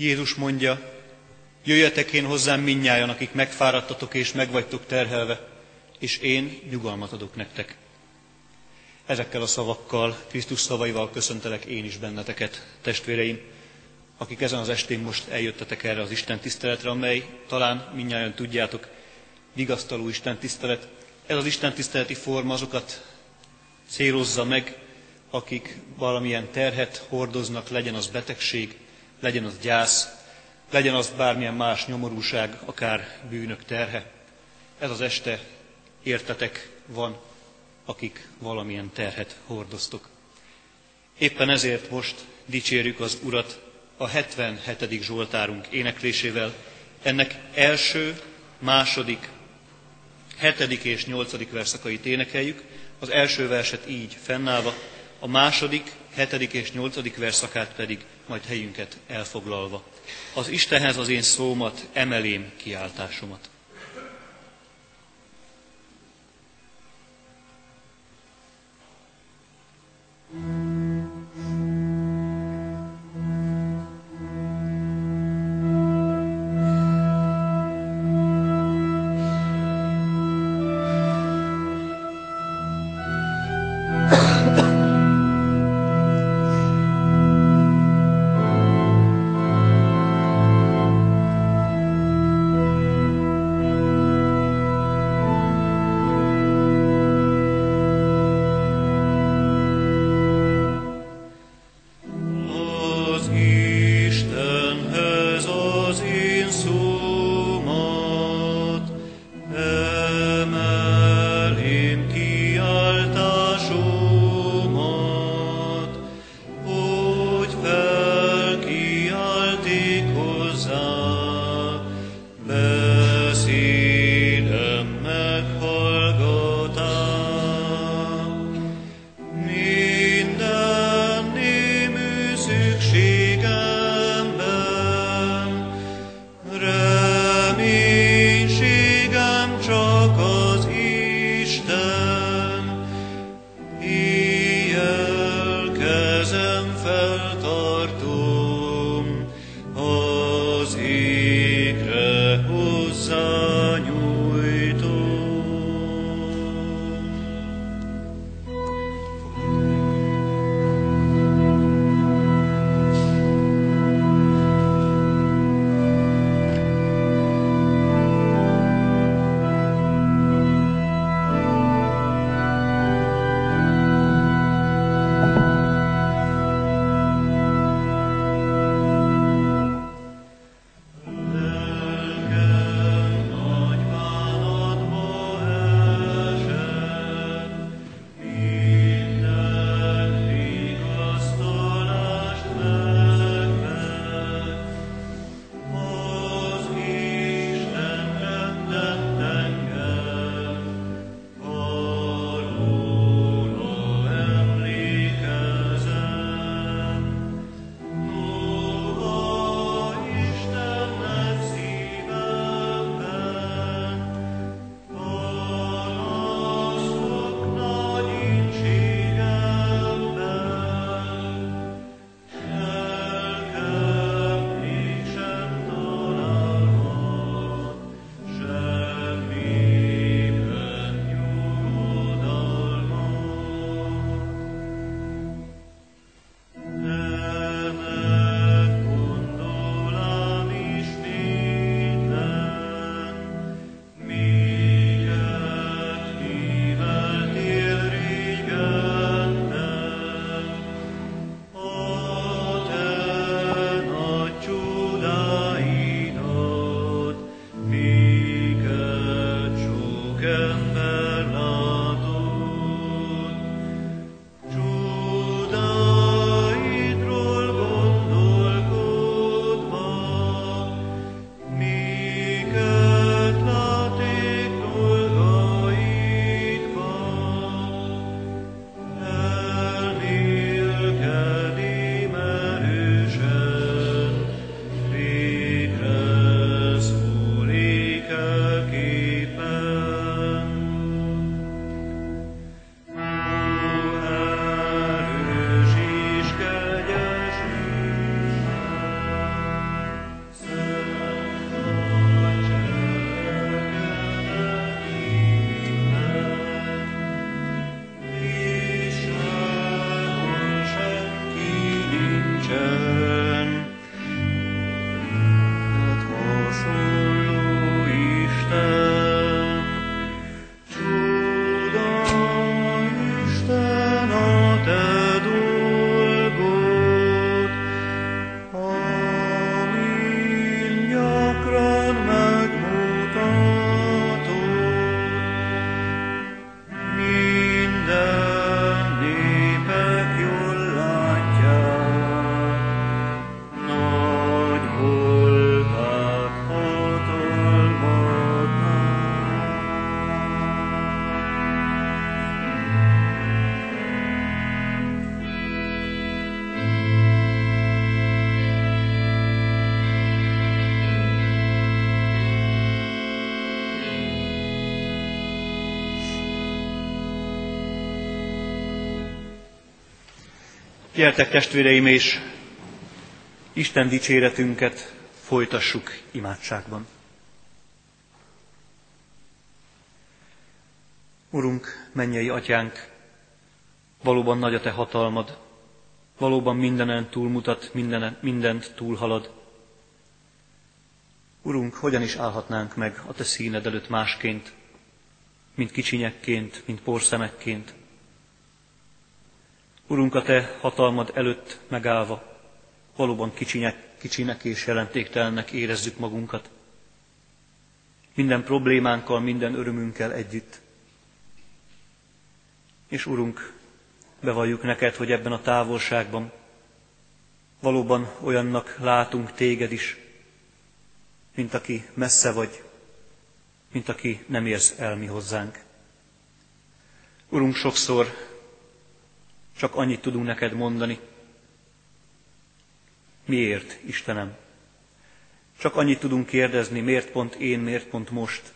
Jézus mondja, jöjjetek én hozzám mindnyájan, akik megfáradtatok és megvagytok terhelve, és én nyugalmat adok nektek. Ezekkel a szavakkal, Krisztus szavaival köszöntelek én is benneteket, testvéreim, akik ezen az estén most eljöttetek erre az Isten tiszteletre, amely talán mindnyájan tudjátok, vigasztaló Isten tisztelet. Ez az Isten tiszteleti forma azokat célozza meg, akik valamilyen terhet hordoznak, legyen az betegség, legyen az gyász, legyen az bármilyen más nyomorúság, akár bűnök terhe. Ez az este értetek van, akik valamilyen terhet hordoztok. Éppen ezért most dicsérjük az Urat a 77. Zsoltárunk éneklésével. Ennek első, második, 7. és 8. verszakait énekeljük, az első verset így fennállva, a második, 7. és 8. verszakát pedig majd helyünket elfoglalva. Az Istenhez az én szómat, emelém kiáltásomat. Gyertek, testvéreim, és Isten dicséretünket folytassuk imádságban. Urunk, mennyei atyánk, valóban nagy a te hatalmad, valóban mindenen túlmutat, mindent túlhalad. Urunk, hogyan is állhatnánk meg a te színed előtt másként, mint kicsinyekként, mint porszemekként. Urunk, a te hatalmad előtt megállva, valóban kicsinek és jelentéktelennek érezzük magunkat. Minden problémánkkal, minden örömünkkel együtt. És Urunk, bevalljuk neked, hogy ebben a távolságban valóban olyannak látunk téged is, mint aki messze vagy, mint aki nem érsz el mi hozzánk. Urunk, sokszor csak annyit tudunk neked mondani. Miért, Istenem? Csak annyit tudunk kérdezni, miért pont én, miért pont most?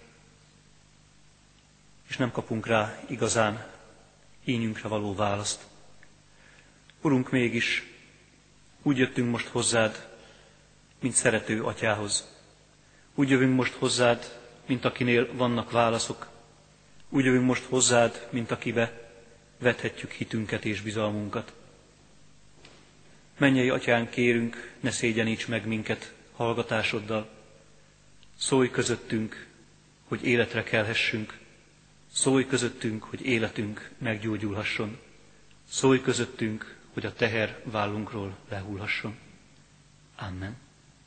És nem kapunk rá igazán ínyünkre való választ. Urunk, mégis úgy jöttünk most hozzád, mint szerető atyához. Úgy jövünk most hozzád, mint akinél vannak válaszok. Úgy jövünk most hozzád, mint akibe vethetjük hitünket és bizalmunkat. Mennyei atyánk, kérünk, ne szégyeníts meg minket hallgatásoddal. Szólj közöttünk, hogy életre kelhessünk. Szólj közöttünk, hogy életünk meggyógyulhasson. Szólj közöttünk, hogy a teher vállunkról lehullhasson. Amen.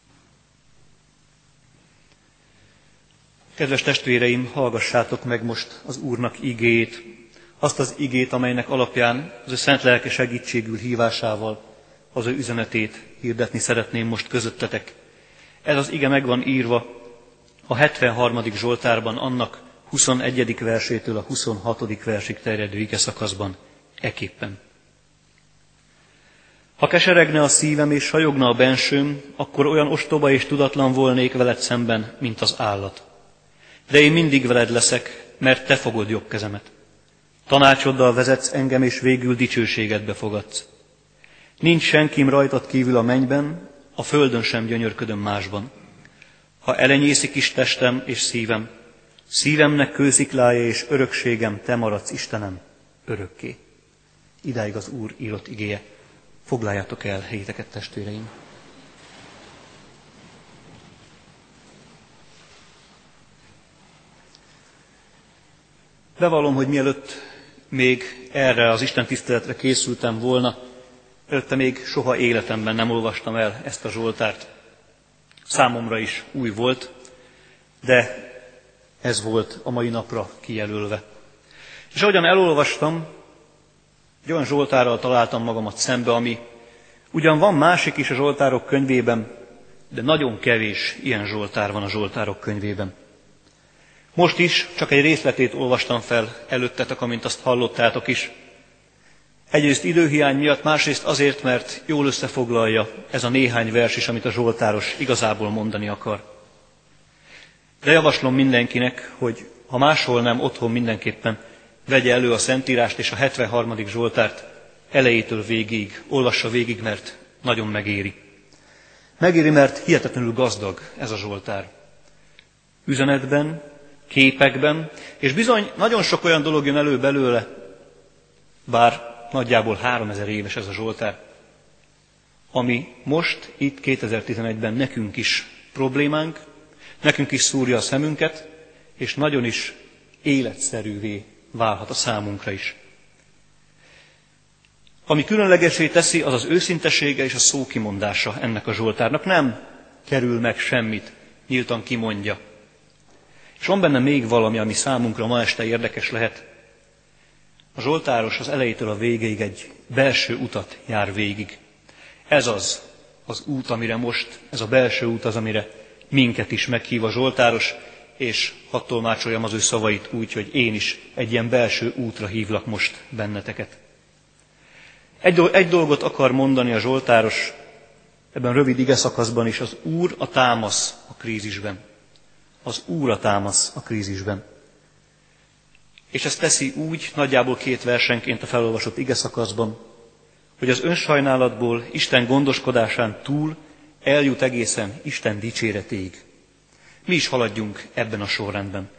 Kedves testvéreim, hallgassátok meg most az Úrnak igéjét, azt az igét, amelynek alapján az ő szent lelke segítségül hívásával az ő üzenetét hirdetni szeretném most közöttetek. Ez az ige meg van írva a 73. Zsoltárban, annak 21. versétől a 26. versig terjedő igeszakaszban eképpen. Ha keseregne a szívem és sajogna a bensőm, akkor olyan ostoba és tudatlan volnék veled szemben, mint az állat. De én mindig veled leszek, mert te fogod jobb kezemet. Tanácsoddal vezetsz engem, és végül dicsőségedbe fogadsz. Nincs senkim rajtad kívül a mennyben, a földön sem gyönyörködöm másban. Ha elenyészik is testem és szívem, szívemnek kősziklája és örökségem, te maradsz, Istenem, örökké. Idáig az Úr írott igéje. Foglaljátok el helyeteket, testvéreim. Bevallom, hogy mielőtt még erre az Isten tiszteletre készültem volna, előtte még soha életemben nem olvastam el ezt a Zsoltárt. Számomra is új volt, de ez volt a mai napra kijelölve. És ahogyan elolvastam, egy olyan Zsoltárral találtam magamat szembe, ami ugyan van másik is a Zsoltárok könyvében, de nagyon kevés ilyen Zsoltár van a Zsoltárok könyvében. Most is csak egy részletét olvastam fel előttetek, amint azt hallottátok is. Egyrészt időhiány miatt, másrészt azért, mert jól összefoglalja ez a néhány vers is, amit a zsoltáros igazából mondani akar. De javaslom mindenkinek, hogy ha máshol nem, otthon mindenképpen vegye elő a Szentírást és a 73. Zsoltárt elejétől végig, olvassa végig, mert nagyon megéri. Megéri, mert hihetetlenül gazdag ez a Zsoltár. Üzenetben, képekben, és bizony nagyon sok olyan dolog jön elő belőle, bár nagyjából 3000 éves ez a Zsoltár, ami most, itt 2011-ben nekünk is problémánk, nekünk is szúrja a szemünket, és nagyon is életszerűvé válhat a számunkra is. Ami különlegesé teszi, az az őszintesége és a szókimondása ennek a Zsoltárnak. Nem kerül meg semmit, nyíltan kimondja. És van benne még valami, ami számunkra ma este érdekes lehet. A zsoltáros az elejétől a végéig egy belső utat jár végig. Ez az út, amire most, ez a belső út az, amire minket is meghív a zsoltáros, és hadd tolmácsoljam az ő szavait úgy, hogy én is egy ilyen belső útra hívlak most benneteket. Egy dolgot akar mondani a zsoltáros ebben rövid igeszakaszban is, az Úr a támasz a krízisben. Az Úr a támasz a krízisben. És ezt teszi úgy, nagyjából 2 versenként a felolvasott igeszakaszban, hogy az önsajnálatból Isten gondoskodásán túl eljut egészen Isten dicséretéig. Mi is haladjunk ebben a sorrendben.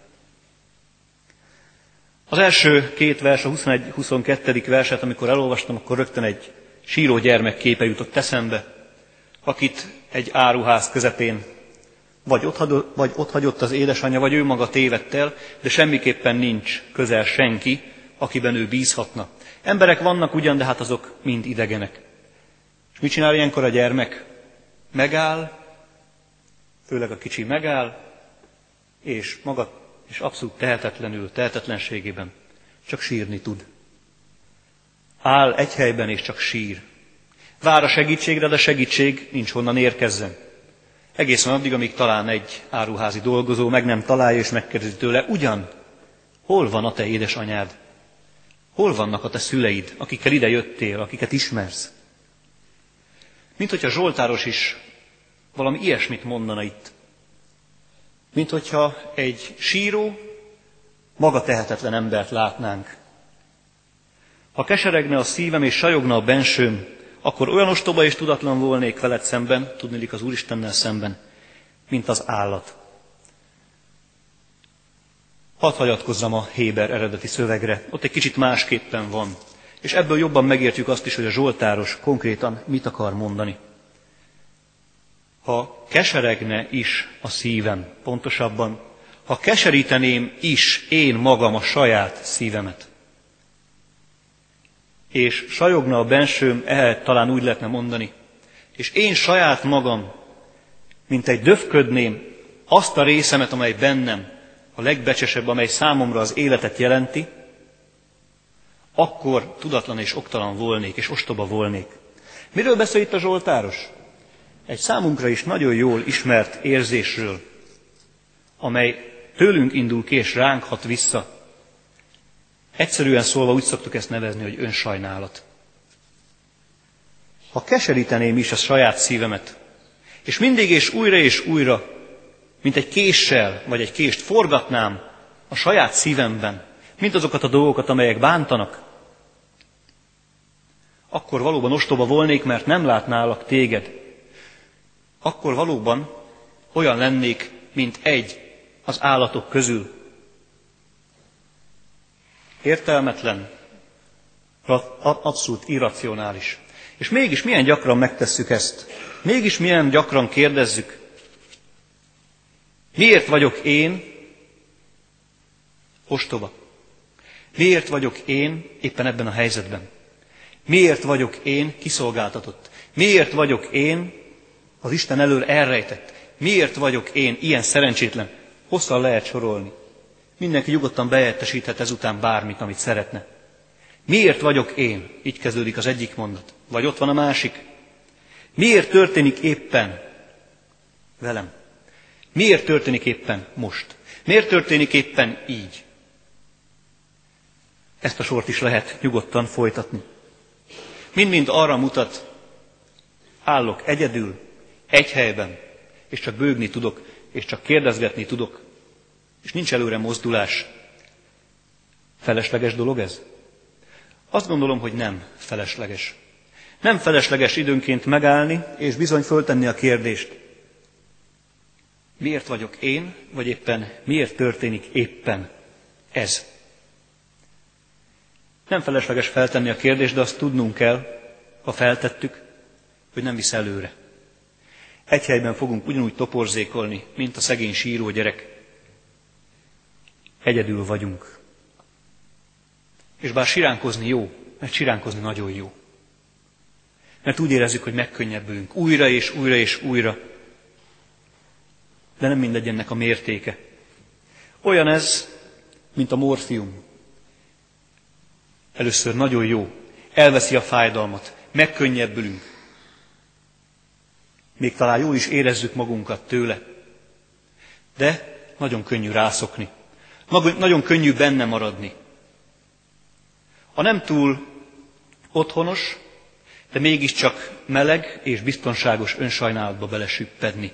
Az első két vers, a 21-22. verset, amikor elolvastam, akkor rögtön egy síró gyermek képe jutott eszembe, akit egy áruház közepén vagy ott hagyott az édesanyja, vagy ő maga tévedt el, de semmiképpen nincs közel senki, akiben ő bízhatna. Emberek vannak ugyan, de hát azok mind idegenek. És mit csinál ilyenkor a gyermek? Megáll, főleg a kicsi megáll, és abszolút tehetetlenségében csak sírni tud. Áll egy helyben és csak sír. Vár a segítségre, de segítség nincs honnan érkezzen. Egészen addig, amíg talán egy áruházi dolgozó meg nem találja és megkérdezi tőle, ugyan, hol van a te édesanyád? Hol vannak a te szüleid, akikkel ide jöttél, akiket ismersz? Mint hogyha Zsoltáros is valami ilyesmit mondana itt. Mint hogyha egy síró, maga tehetetlen embert látnánk. Ha keseregne a szívem és sajogna a bensőm, akkor olyan ostoba és tudatlan volnék veled szemben, tudniillik az Úristennel szemben, mint az állat. Hadd hagyatkozzam a Héber eredeti szövegre, ott egy kicsit másképpen van, és ebből jobban megértjük azt is, hogy a zsoltáros konkrétan mit akar mondani. Ha keseregne is a szívem, pontosabban, ha keseríteném is én magam a saját szívemet, és sajogna a bensőm, ehelyett talán úgy lehetne mondani, és én saját magam, mint egy döfködném azt a részemet, amely bennem a legbecsesebb, amely számomra az életet jelenti, akkor tudatlan és oktalan volnék, és ostoba volnék. Miről beszél itt a zsoltáros? Egy számunkra is nagyon jól ismert érzésről, amely tőlünk indul ki, és ránk hat vissza. Egyszerűen szólva úgy szoktuk ezt nevezni, hogy önsajnálat. Ha keseríteném is a saját szívemet, és mindig és újra, mint egy késsel, vagy egy kést forgatnám a saját szívemben, mint azokat a dolgokat, amelyek bántanak, akkor valóban ostoba volnék, mert nem látnálak téged. Akkor valóban olyan lennék, mint egy az állatok közül. Értelmetlen, abszolút irracionális. És mégis milyen gyakran megtesszük ezt? Mégis milyen gyakran kérdezzük? Miért vagyok én ostoba? Miért vagyok én éppen ebben a helyzetben? Miért vagyok én kiszolgáltatott? Miért vagyok én az Isten elől elrejtett? Miért vagyok én ilyen szerencsétlen? Hosszan lehet sorolni. Mindenki nyugodtan bejelentesíthet ezután bármit, amit szeretne. Miért vagyok én? Így kezdődik az egyik mondat. Vagy ott van a másik. Miért történik éppen velem? Miért történik éppen most? Miért történik éppen így? Ezt a sort is lehet nyugodtan folytatni. Mind-mind arra mutat, állok egyedül, egy helyben, és csak bőgni tudok, és csak kérdezgetni tudok, és nincs előre mozdulás. Felesleges dolog ez? Azt gondolom, hogy nem felesleges. Nem felesleges időnként megállni, és bizony föltenni a kérdést. Miért vagyok én, vagy éppen miért történik éppen ez? Nem felesleges feltenni a kérdést, de azt tudnunk kell, ha feltettük, hogy nem visz előre. Egy helyben fogunk ugyanúgy toporzékolni, mint a szegény síró gyerek. Egyedül vagyunk. És bár siránkozni jó, mert siránkozni nagyon jó. Mert úgy érezzük, hogy megkönnyebbülünk újra és újra és újra. De nem mindegy ennek a mértéke. Olyan ez, mint a morfium. Először nagyon jó, elveszi a fájdalmat, megkönnyebbülünk. Még talán jól is érezzük magunkat tőle, de nagyon könnyű rászokni. Nagyon könnyű benne maradni. A nem túl otthonos, de mégiscsak meleg és biztonságos önsajnálatba belesüppedni.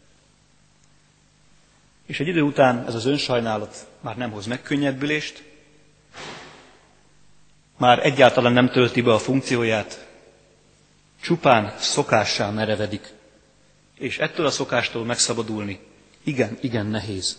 És egy idő után ez az önsajnálat már nem hoz megkönnyebbülést, már egyáltalán nem tölti be a funkcióját, csupán szokássá merevedik, és ettől a szokástól megszabadulni igen nehéz.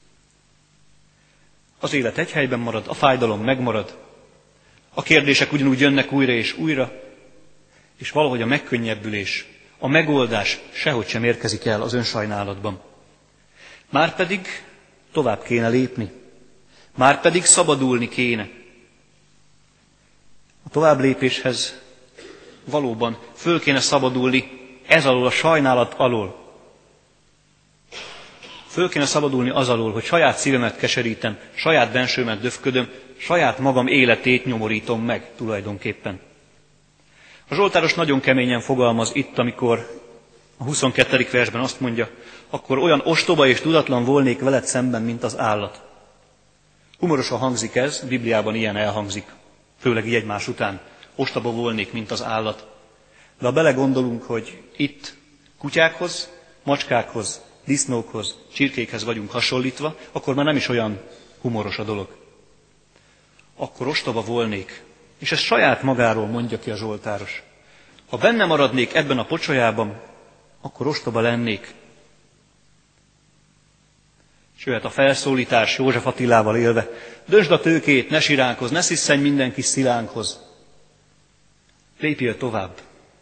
Az élet egy helyben marad, a fájdalom megmarad, a kérdések ugyanúgy jönnek újra és újra, és valahogy a megkönnyebbülés, a megoldás sehogy sem érkezik el az önsajnálatban. Márpedig tovább kéne lépni, márpedig szabadulni kéne. A továbblépéshez valóban föl kéne szabadulni ez alól, a sajnálat alól. Föl kéne szabadulni az alól, hogy saját szívemet keserítem, saját bensőmet döfködöm, saját magam életét nyomorítom meg tulajdonképpen. A zsoltáros nagyon keményen fogalmaz itt, amikor a 22. versben azt mondja, akkor olyan ostoba és tudatlan volnék veled szemben, mint az állat. Humorosan hangzik ez, Bibliában ilyen elhangzik, főleg így egymás után. Ostoba volnék, mint az állat. De ha belegondolunk, hogy itt kutyákhoz, macskákhoz, disznókhoz, csirkékhez vagyunk hasonlítva, akkor már nem is olyan humoros a dolog. Akkor ostoba volnék. És ezt saját magáról mondja ki a zsoltáros. Ha benne maradnék ebben a pocsolyában, akkor ostoba lennék. És jöhet a felszólítás József Attilával élve. Döntsd a tőkét, ne siránkozz, ne szisszenj minden kis szilánkhoz. Lépjél tovább.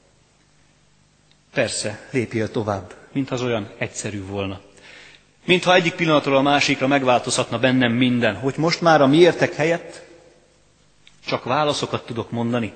Persze, lépjél tovább, mintha az olyan egyszerű volna. Mintha egyik pillanatról a másikra megváltozhatna bennem minden, hogy most már a miértek helyett csak válaszokat tudok mondani.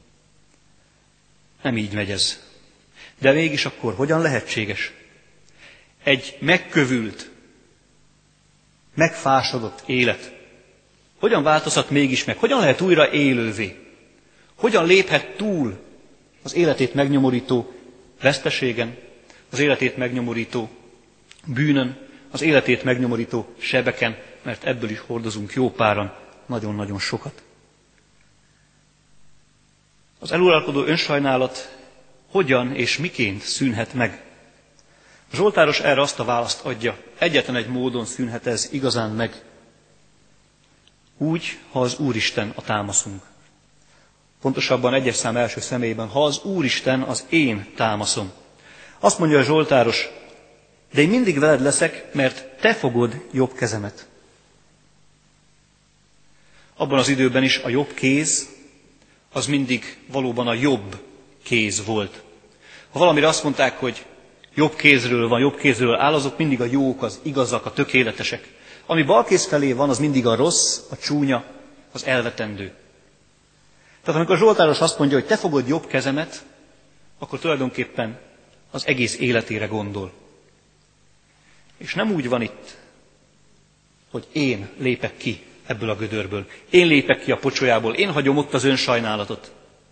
Nem így megy ez. De mégis akkor hogyan lehetséges? Egy megkövült, megfásodott élet. Hogyan változhat mégis meg? Hogyan lehet újra élővé? Hogyan léphet túl az életét megnyomorító veszteségen, az életét megnyomorító bűnön, az életét megnyomorító sebeken, mert ebből is hordozunk jó páran nagyon-nagyon sokat. Az eluralkodó önsajnálat hogyan és miként szűnhet meg? A zsoltáros erre azt a választ adja, egyetlen egy módon szűnhet ez igazán meg. Úgy, ha az Úristen a támaszunk. Pontosabban egyes szám első személyben, ha az Úristen az én támaszom. Azt mondja a zsoltáros, de én mindig veled leszek, mert te fogod jobb kezemet. Abban az időben is a jobb kéz, az mindig valóban a jobb kéz volt. Ha valamire azt mondták, hogy jobb kézről van, jobb kézről áll, azok mindig a jók, az igazak, a tökéletesek. Ami bal kéz felé van, az mindig a rossz, a csúnya, az elvetendő. Tehát amikor a zsoltáros azt mondja, hogy te fogod jobb kezemet, akkor tulajdonképpen az egész életére gondol. És nem úgy van itt, hogy én lépek ki ebből a gödörből. Én lépek ki a pocsolyából, én hagyom ott az önsajnálatot.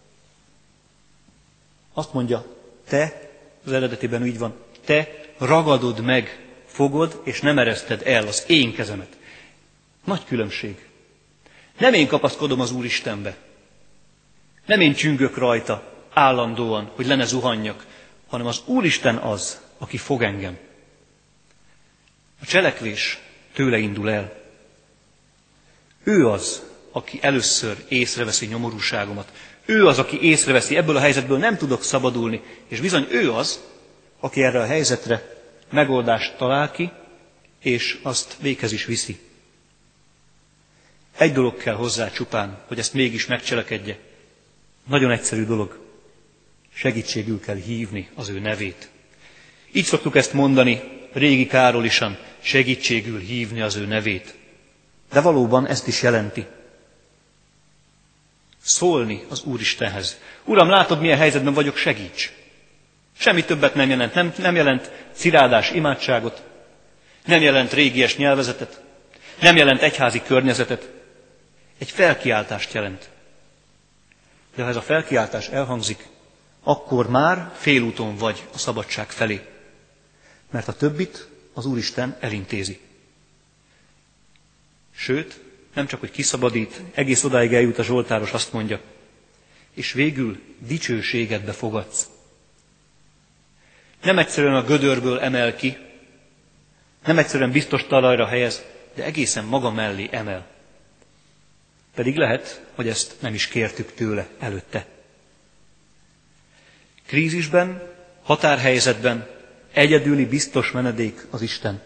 Azt mondja, te, az eredetiben így van, te ragadod meg, fogod, és nem ereszted el az én kezemet. Nagy különbség. Nem én kapaszkodom az Úristenbe. Nem én csüngök rajta állandóan, hogy le ne zuhanjak, hanem az Úristen az, aki fog engem. A cselekvés tőle indul el. Ő az, aki először észreveszi nyomorúságomat. Ő az, aki észreveszi, ebből a helyzetből nem tudok szabadulni, és bizony ő az, aki erre a helyzetre megoldást talál ki, és azt véghez is viszi. Egy dolog kell hozzá csupán, hogy ezt mégis megcselekedje. Nagyon egyszerű dolog. Segítségül kell hívni az ő nevét. Így szoktuk ezt mondani régi Károlisan, segítségül hívni az ő nevét. De valóban ezt is jelenti. Szólni az Úristenhez. Uram, látod, milyen helyzetben vagyok, segíts! Semmi többet nem jelent. Nem jelent cirádás imádságot, nem jelent régies nyelvezetet, nem jelent egyházi környezetet. Egy felkiáltást jelent. De ha ez a felkiáltás elhangzik, akkor már félúton vagy a szabadság felé. Mert a többit az Úristen elintézi. Sőt, nem csak, hogy kiszabadít, egész odáig eljut a zsoltáros, azt mondja, és végül dicsőségedbe fogadsz. Nem egyszerűen a gödörből emel ki, nem egyszerűen biztos talajra helyez, de egészen maga mellé emel. Pedig lehet, hogy ezt nem is kértük tőle előtte. Krízisben, határhelyzetben egyedüli biztos menedék az Isten.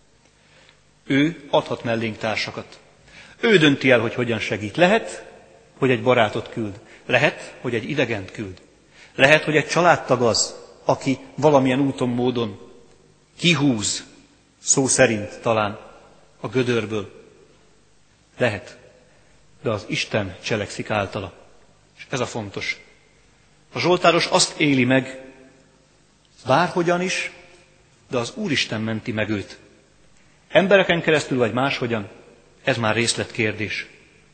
Ő adhat mellénk társakat. Ő dönti el, hogy hogyan segít. Lehet, hogy egy barátot küld. Lehet, hogy egy idegent küld. Lehet, hogy egy családtag az, aki valamilyen úton, módon kihúz, szó szerint talán, a gödörből. Lehet, de az Isten cselekszik általa. És ez a fontos. A zsoltáros azt éli meg, bárhogyan is, de az Úristen menti meg őt. Embereken keresztül vagy máshogyan, ez már részletkérdés.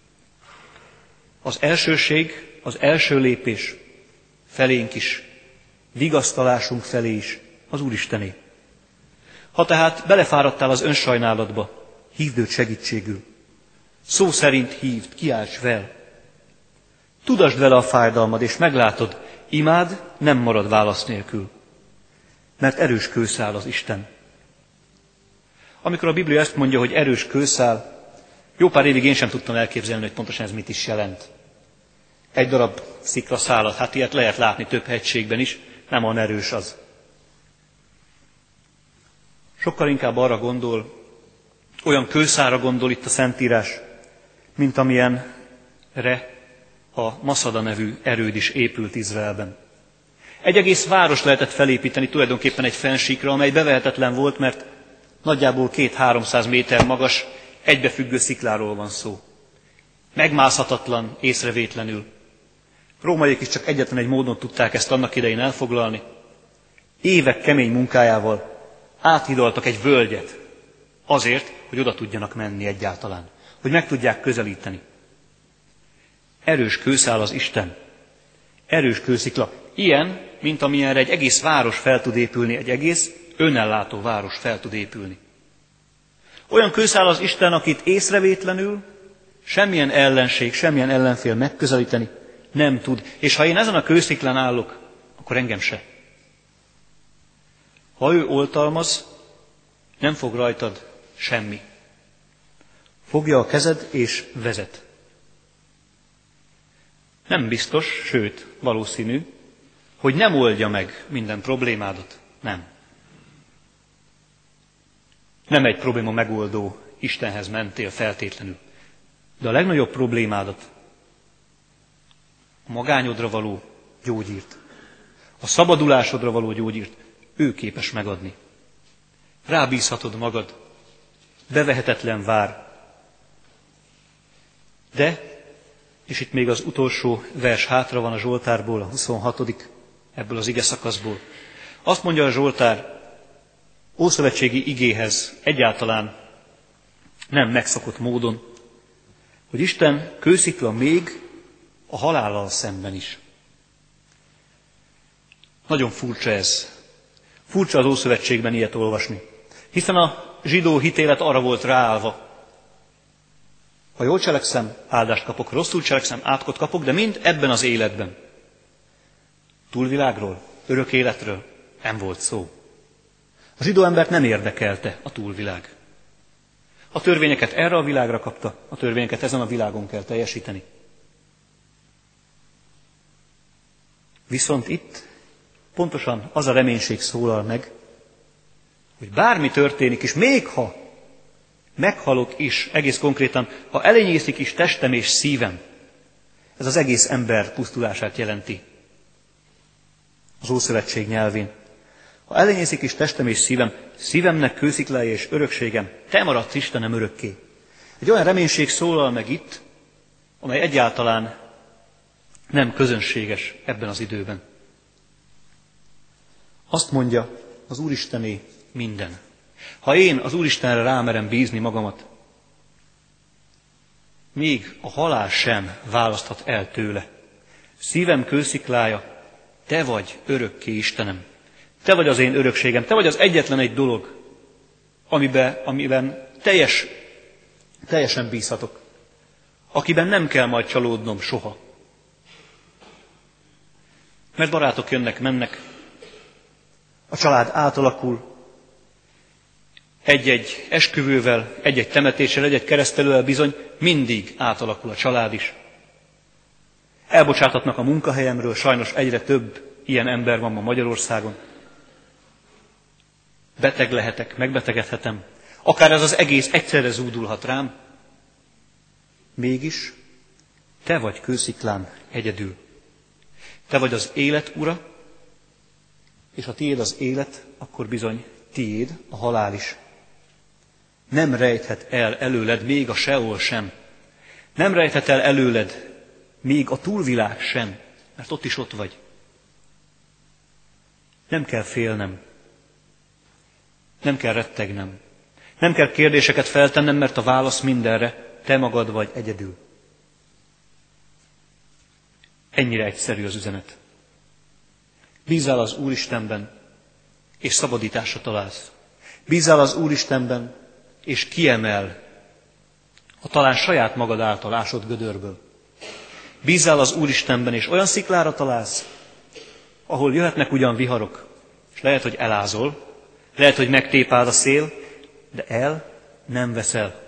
Az elsőség, az első lépés felénk is, vigasztalásunk felé is, az Úristené. Ha tehát belefáradtál az önsajnálatba, hívd őt segítségül. Szó szerint hívd, kiálts fel. Tudasd vele a fájdalmad, és meglátod, imád nem marad válasz nélkül. Mert erős kőszál az Isten. Amikor a Biblia ezt mondja, hogy erős kőszál, jó pár évig én sem tudtam elképzelni, hogy pontosan ez mit is jelent. Egy darab sziklaszálat, hát ilyet lehet látni több hegységben is, nem olyan erős az. Sokkal inkább arra gondol, olyan kőszálra gondol itt a Szentírás, mint amilyenre a Maszada nevű erőd is épült Izraelben. Egy egész város lehetett felépíteni tulajdonképpen egy fennsíkra, amely bevehetetlen volt, mert nagyjából 200-300 méter magas, egybefüggő szikláról van szó. Megmászhatatlan, észrevétlenül. Rómaiak is csak egyetlen egy módon tudták ezt annak idején elfoglalni. Évek kemény munkájával áthidaltak egy völgyet azért, hogy oda tudjanak menni egyáltalán, hogy meg tudják közelíteni. Erős kőszál az Isten, erős kőszikla, ilyen, mint amilyenre egy egész város fel tud épülni, egy egész önellátó város fel tud épülni. Olyan kőszál az Isten, akit észrevétlenül semmilyen ellenség, semmilyen ellenfél megközelíteni nem tud. És ha én ezen a kősziklán állok, akkor engem se. Ha ő oltalmaz, nem fog rajtad semmi. Fogja a kezed és vezet. Nem biztos, sőt, valószínű, hogy nem oldja meg minden problémádat. Nem. Nem egy probléma megoldó Istenhez mentél feltétlenül. De a legnagyobb problémádat, a magányodra való gyógyírt, a szabadulásodra való gyógyírt ő képes megadni. Rábízhatod magad, bevehetetlen vár. De, és itt még az utolsó vers hátra van a Zsoltárból, a 26. ebből az ige szakaszból. Azt mondja a Zsoltár, ószövetségi igéhez egyáltalán nem megszokott módon, hogy Isten kőszikla még a halállal szemben is. Nagyon furcsa ez. Furcsa az Ószövetségben ilyet olvasni. Hiszen a zsidó hitélet arra volt ráállva. Ha jól cselekszem, áldást kapok, rosszul cselekszem, átkot kapok, de mind ebben az életben. Túlvilágról, örök életről nem volt szó. A zsidó embert nem érdekelte a túlvilág. A törvényeket erre a világra kapta, a törvényeket ezen a világon kell teljesíteni. Viszont itt pontosan az a reménység szólal meg, hogy bármi történik is, még ha meghalok is, egész konkrétan, ha elenyészik is testem és szívem, ez az egész ember pusztulását jelenti az Ószövetség nyelvén. Ha elenyészik is testem és szívem, szívemnek kősziklája és örökségem, te maradsz Istenem örökké. Egy olyan reménység szólal meg itt, amely egyáltalán nem közönséges ebben az időben. Azt mondja, az Úristené minden. Ha én az Úristenre rámerem bízni magamat, még a halál sem választhat el tőle. Szívem kősziklája, te vagy örökké Istenem. Te vagy az én örökségem, te vagy az egyetlen egy dolog, amiben teljesen bízhatok, akiben nem kell majd csalódnom soha. Mert barátok jönnek, mennek, a család átalakul, egy-egy esküvővel, egy-egy temetéssel, egy-egy keresztelővel bizony mindig átalakul a család is. Elbocsátatnak a munkahelyemről, sajnos egyre több ilyen ember van ma Magyarországon. Beteg lehetek, megbetegedhetem. Akár ez az egész egyszerre zúdulhat rám. Mégis te vagy kősziklán egyedül. Te vagy az élet ura, és ha tiéd az élet, akkor bizony tiéd a halál is. Nem rejthet el előled még a Seol sem. Nem rejthet el előled még a túlvilág sem, mert ott is ott vagy. Nem kell félnem. Nem kell rettegnem. Nem kell kérdéseket feltennem, mert a válasz mindenre te magad vagy egyedül. Ennyire egyszerű az üzenet. Bízzál az Úristenben, és szabadításra találsz. Bízzál az Úristenben, és kiemel a talán saját magad által ásott gödörből. Bízzál az Úristenben, és olyan sziklára találsz, ahol jöhetnek ugyan viharok, és lehet, hogy elázol, lehet, hogy megtépád a szél, de el nem veszel.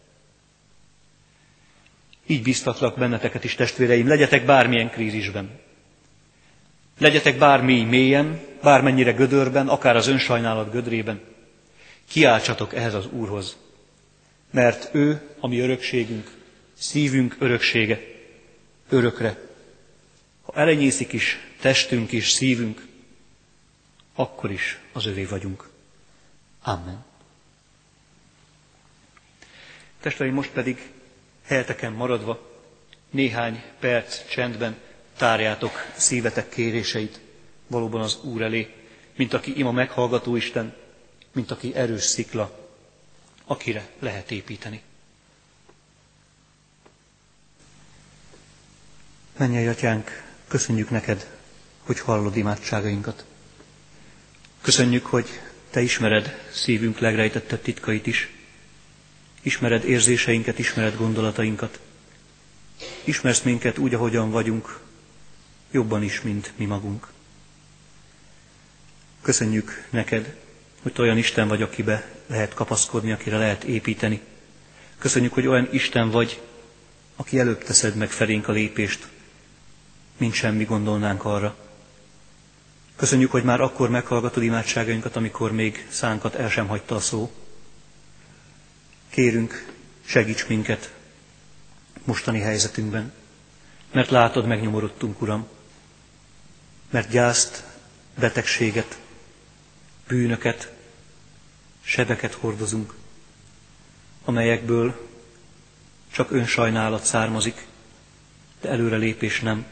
Így bíztatlak benneteket is, testvéreim, legyetek bármilyen krízisben. Legyetek bármi mélyen, bármennyire gödörben, akár az önsajnálat gödrében. Kiáltsatok ehhez az Úrhoz, mert ő a mi örökségünk, szívünk öröksége, örökre. Ha elenyészik is testünk és szívünk, akkor is az övé vagyunk. Amen. Testvéreim, most pedig helyeteken maradva néhány perc csendben tárjátok szívetek kéréseit valóban az Úr elé, mint aki ima meghallgató Isten, mint aki erős szikla, akire lehet építeni. Mennyei Atyánk, köszönjük neked, hogy hallod imádságainkat. Köszönjük, hogy te ismered szívünk legrejtettebb titkait is. Ismered érzéseinket, ismered gondolatainkat. Ismersz minket úgy, ahogyan vagyunk, jobban is, mint mi magunk. Köszönjük neked, hogy te olyan Isten vagy, akibe lehet kapaszkodni, akire lehet építeni. Köszönjük, hogy olyan Isten vagy, aki előbb teszed meg felénk a lépést, mint semmi gondolnánk arra. Köszönjük, hogy már akkor meghallgatod imádságainkat, amikor még szánkat el sem hagyta a szó. Kérünk, segíts minket mostani helyzetünkben, mert látod, megnyomorodtunk, Uram, mert gyászt, betegséget, bűnöket, sebeket hordozunk, amelyekből csak önsajnálat származik, de előrelépés nem.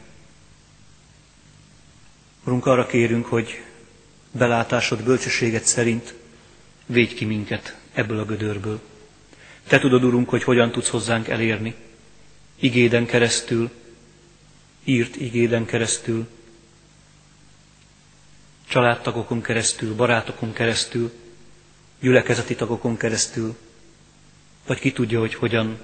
Urunk, arra kérünk, hogy belátásod, bölcsességed szerint védj ki minket ebből a gödörből. Te tudod, Urunk, hogy hogyan tudsz hozzánk elérni. Igéden keresztül, írt igéden keresztül, családtagokon keresztül, barátokon keresztül, gyülekezeti tagokon keresztül, vagy ki tudja, hogy hogyan,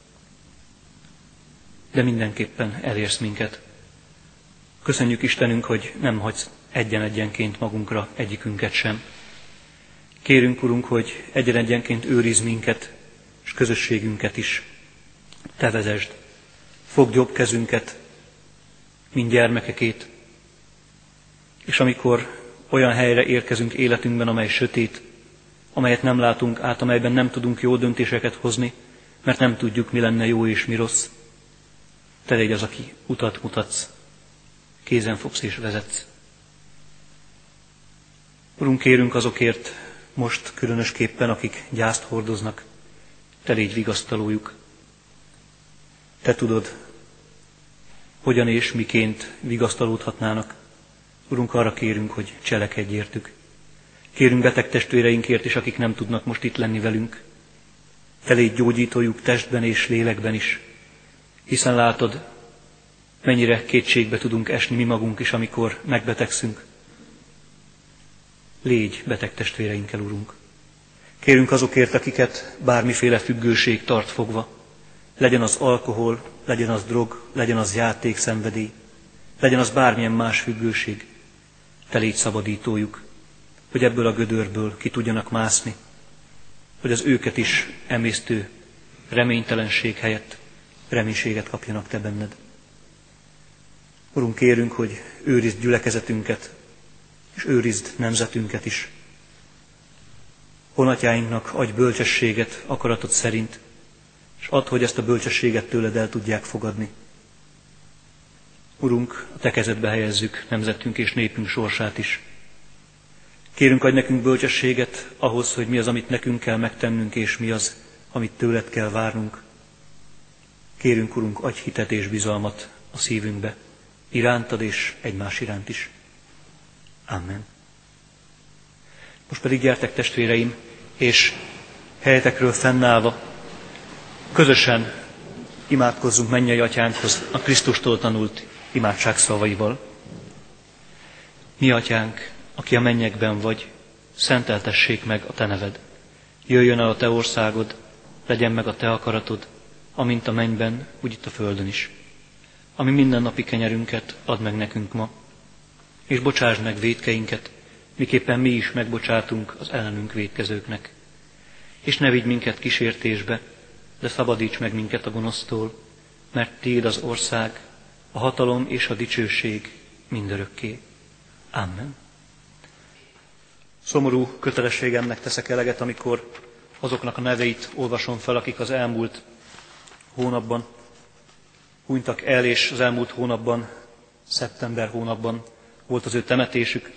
de mindenképpen elérsz minket. Köszönjük, Istenünk, hogy nem hagysz egyen-egyenként magunkra egyikünket sem. Kérünk, Urunk, hogy egyen-egyenként őrizd minket, és közösségünket is. Te vezesd. Fogd jobb kezünket, mint gyermekekét. És amikor olyan helyre érkezünk életünkben, amely sötét, amelyet nem látunk át, amelyben nem tudunk jó döntéseket hozni, mert nem tudjuk, mi lenne jó és mi rossz, te légy az, aki utat mutatsz, kézen fogsz és vezetsz. Urunk, kérünk azokért most különösképpen, akik gyászt hordoznak, te légy vigasztalójuk. Te tudod, hogyan és miként vigasztalódhatnának. Urunk, arra kérünk, hogy cselekedj értük. Kérünk beteg testvéreinkért is, akik nem tudnak most itt lenni velünk. Te légy gyógyítójuk testben és lélekben is, hiszen látod, mennyire kétségbe tudunk esni mi magunk is, amikor megbetegszünk. Légy beteg testvéreinkkel, Urunk. Kérünk azokért, akiket bármiféle függőség tart fogva. Legyen az alkohol, legyen az drog, legyen az játékszenvedély, legyen az bármilyen más függőség. Te légy szabadítójuk, hogy ebből a gödörből ki tudjanak mászni, hogy az őket is emésztő reménytelenség helyett reménységet kapjanak te benned. Urunk, kérünk, hogy őrizd gyülekezetünket, és őrizd nemzetünket is. Honatjáinknak adj bölcsességet akaratod szerint, és add, hogy ezt a bölcsességet tőled el tudják fogadni. Urunk, a te kezedbe helyezzük nemzetünk és népünk sorsát is. Kérünk, adj nekünk bölcsességet ahhoz, hogy mi az, amit nekünk kell megtennünk, és mi az, amit tőled kell várnunk. Kérünk, Urunk, adj hitet és bizalmat a szívünkbe, irántad és egymás iránt is. Amen. Most pedig gyertek, testvéreim, és helyetekről fennállva közösen imádkozzunk mennyei atyánkhoz a Krisztustól tanult imádság szavaival. Mi atyánk, aki a mennyekben vagy, szenteltessék meg a te neved. Jöjjön el a te országod, legyen meg a te akaratod, amint a mennyben, úgy itt a földön is. Ami mindennapi kenyerünket add meg nekünk ma, és bocsásd meg vétkeinket, miképpen mi is megbocsátunk az ellenünk vétkezőknek. És ne vigy minket kísértésbe, de szabadíts meg minket a gonosztól, mert tiéd az ország, a hatalom és a dicsőség mindörökké. Amen. Szomorú kötelességemnek teszek eleget, amikor azoknak a neveit olvasom fel, akik az elmúlt hónapban hunytak el, és az elmúlt hónapban, szeptember hónapban volt az ő temetésük.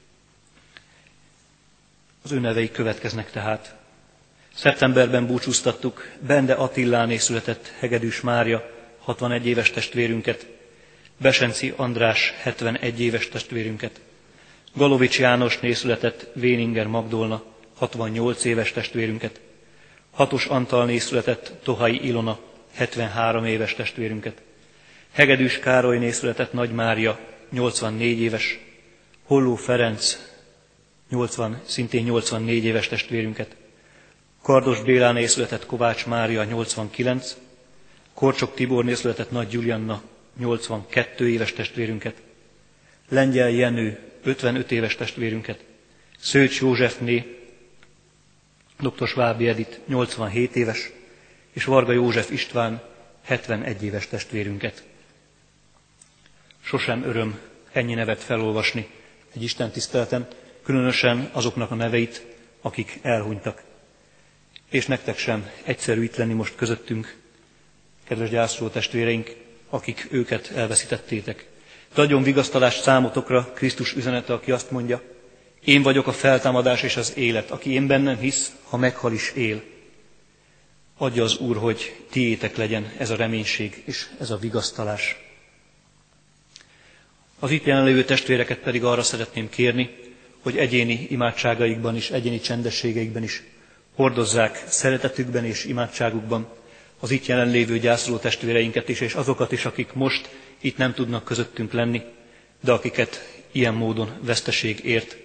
Az ő neveik következnek tehát. Szeptemberben búcsúztattuk Bende Attiláné született Hegedűs Mária, 61 éves testvérünket, Besenci András, 71 éves testvérünket, Galovics Jánosné született Véninger Magdolna, 68 éves testvérünket, Hatos Antalné született Tohai Ilona, 73 éves testvérünket, Hegedűs Károlyné született Nagy Mária, 84 éves, Holló Ferenc, szintén 84 éves testvérünket, Kardos Béláné született Kovács Mária, 89, Korcsok Tiborné született Nagy Gyulianna, 82 éves testvérünket, Lengyel Jenő, 55 éves testvérünket, Szőcs Józsefné, dr. Svábi Edith, 87 éves, és Varga József István, 71 éves testvérünket. Sosem öröm ennyi nevet felolvasni egy istentiszteleten, különösen azoknak a neveit, akik elhunytak. És nektek sem egyszerű itt lenni most közöttünk, kedves gyászoló testvéreink, akik őket elveszítettétek. De adjon vigasztalást számotokra Krisztus üzenete, aki azt mondja, én vagyok a feltámadás és az élet, aki én bennem hisz, ha meghal is él. Adja az Úr, hogy tiétek legyen ez a reménység és ez a vigasztalás. Az itt jelenlévő testvéreket pedig arra szeretném kérni, hogy egyéni imádságaikban is, egyéni csendességeikben is hordozzák szeretetükben és imádságukban az itt jelenlévő gyászoló testvéreinket is, és azokat is, akik most itt nem tudnak közöttünk lenni, de akiket ilyen módon veszteség ért.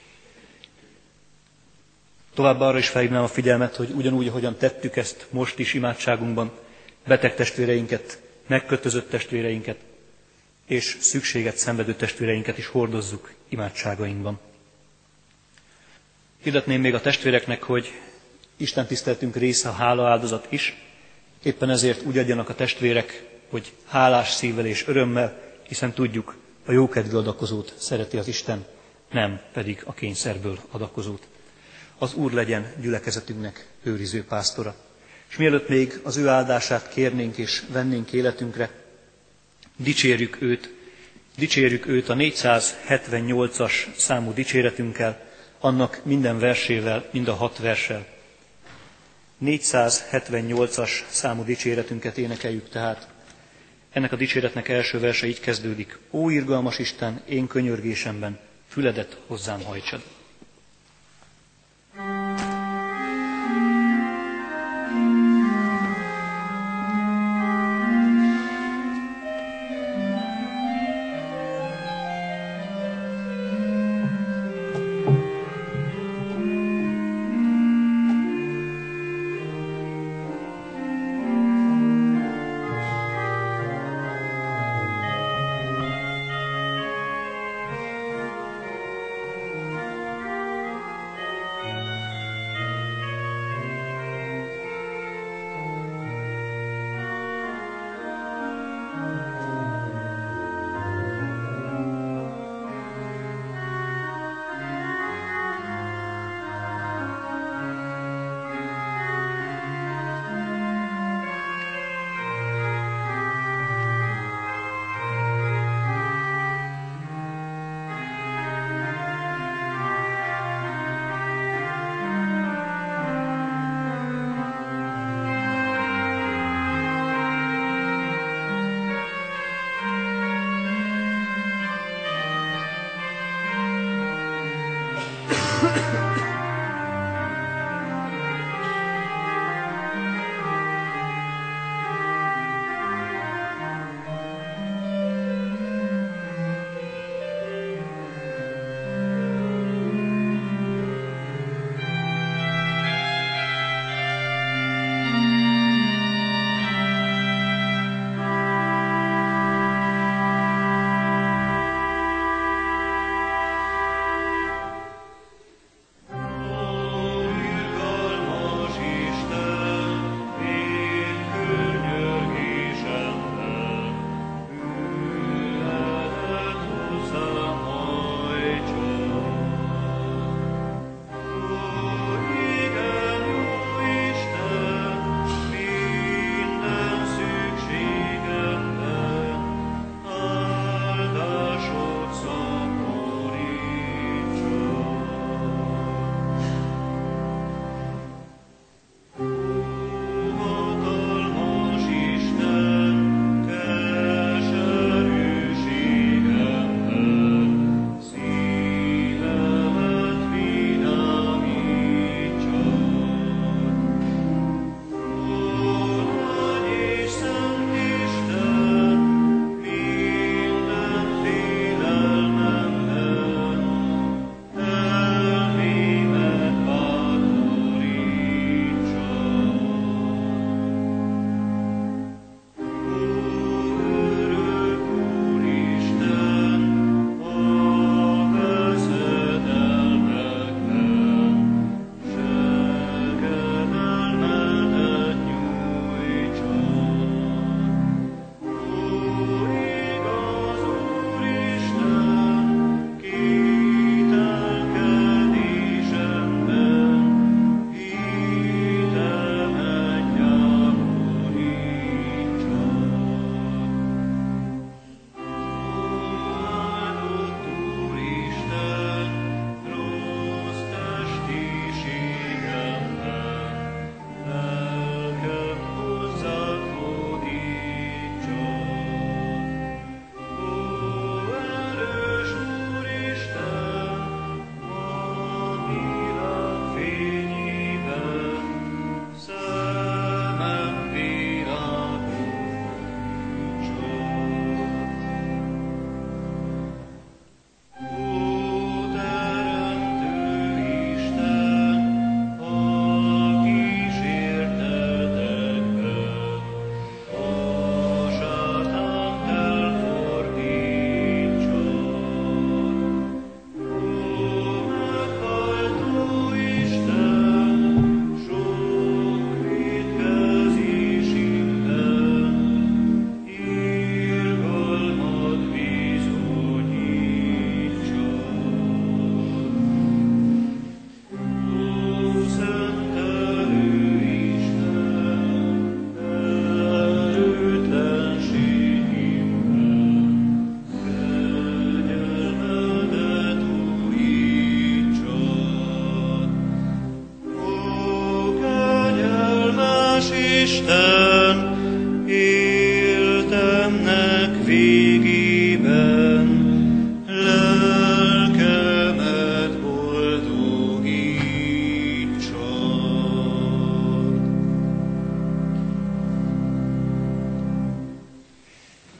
Továbbá arra is felhívnám a figyelmet, hogy ugyanúgy, ahogyan tettük ezt most is imádságunkban, beteg testvéreinket, megkötözött testvéreinket és szükséget szenvedő testvéreinket is hordozzuk imádságainkban. Hirdetném még a testvéreknek, hogy Isten tiszteletünk része a hálaáldozat is, éppen ezért úgy adjanak a testvérek, hogy hálás szívvel és örömmel, hiszen tudjuk, a jókedvű adakozót szereti az Isten, nem pedig a kényszerből adakozót. Az Úr legyen gyülekezetünknek őriző pásztora. És mielőtt még az ő áldását kérnénk és vennénk életünkre, dicsérjük őt a 478-as számú dicséretünkkel, annak minden versével, mind a 6 verssel. 478-as számú dicséretünket énekeljük tehát. Ennek a dicséretnek első verse így kezdődik. Ó irgalmas Isten, én könyörgésemben, füledet hozzám hajtsad.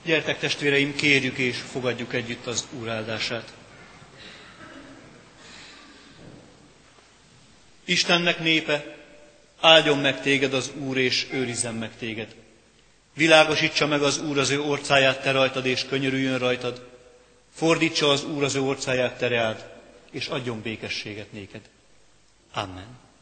Gyertek testvéreim, kérjük és fogadjuk együtt az Úr áldását. Istennek népe, áldjon meg téged az Úr, és őrizzen meg téged. Világosítsa meg az Úr az ő orcáját te rajtad, és könyörüljön rajtad. Fordítsa az Úr az ő orcáját te reád, és adjon békességet néked. Amen.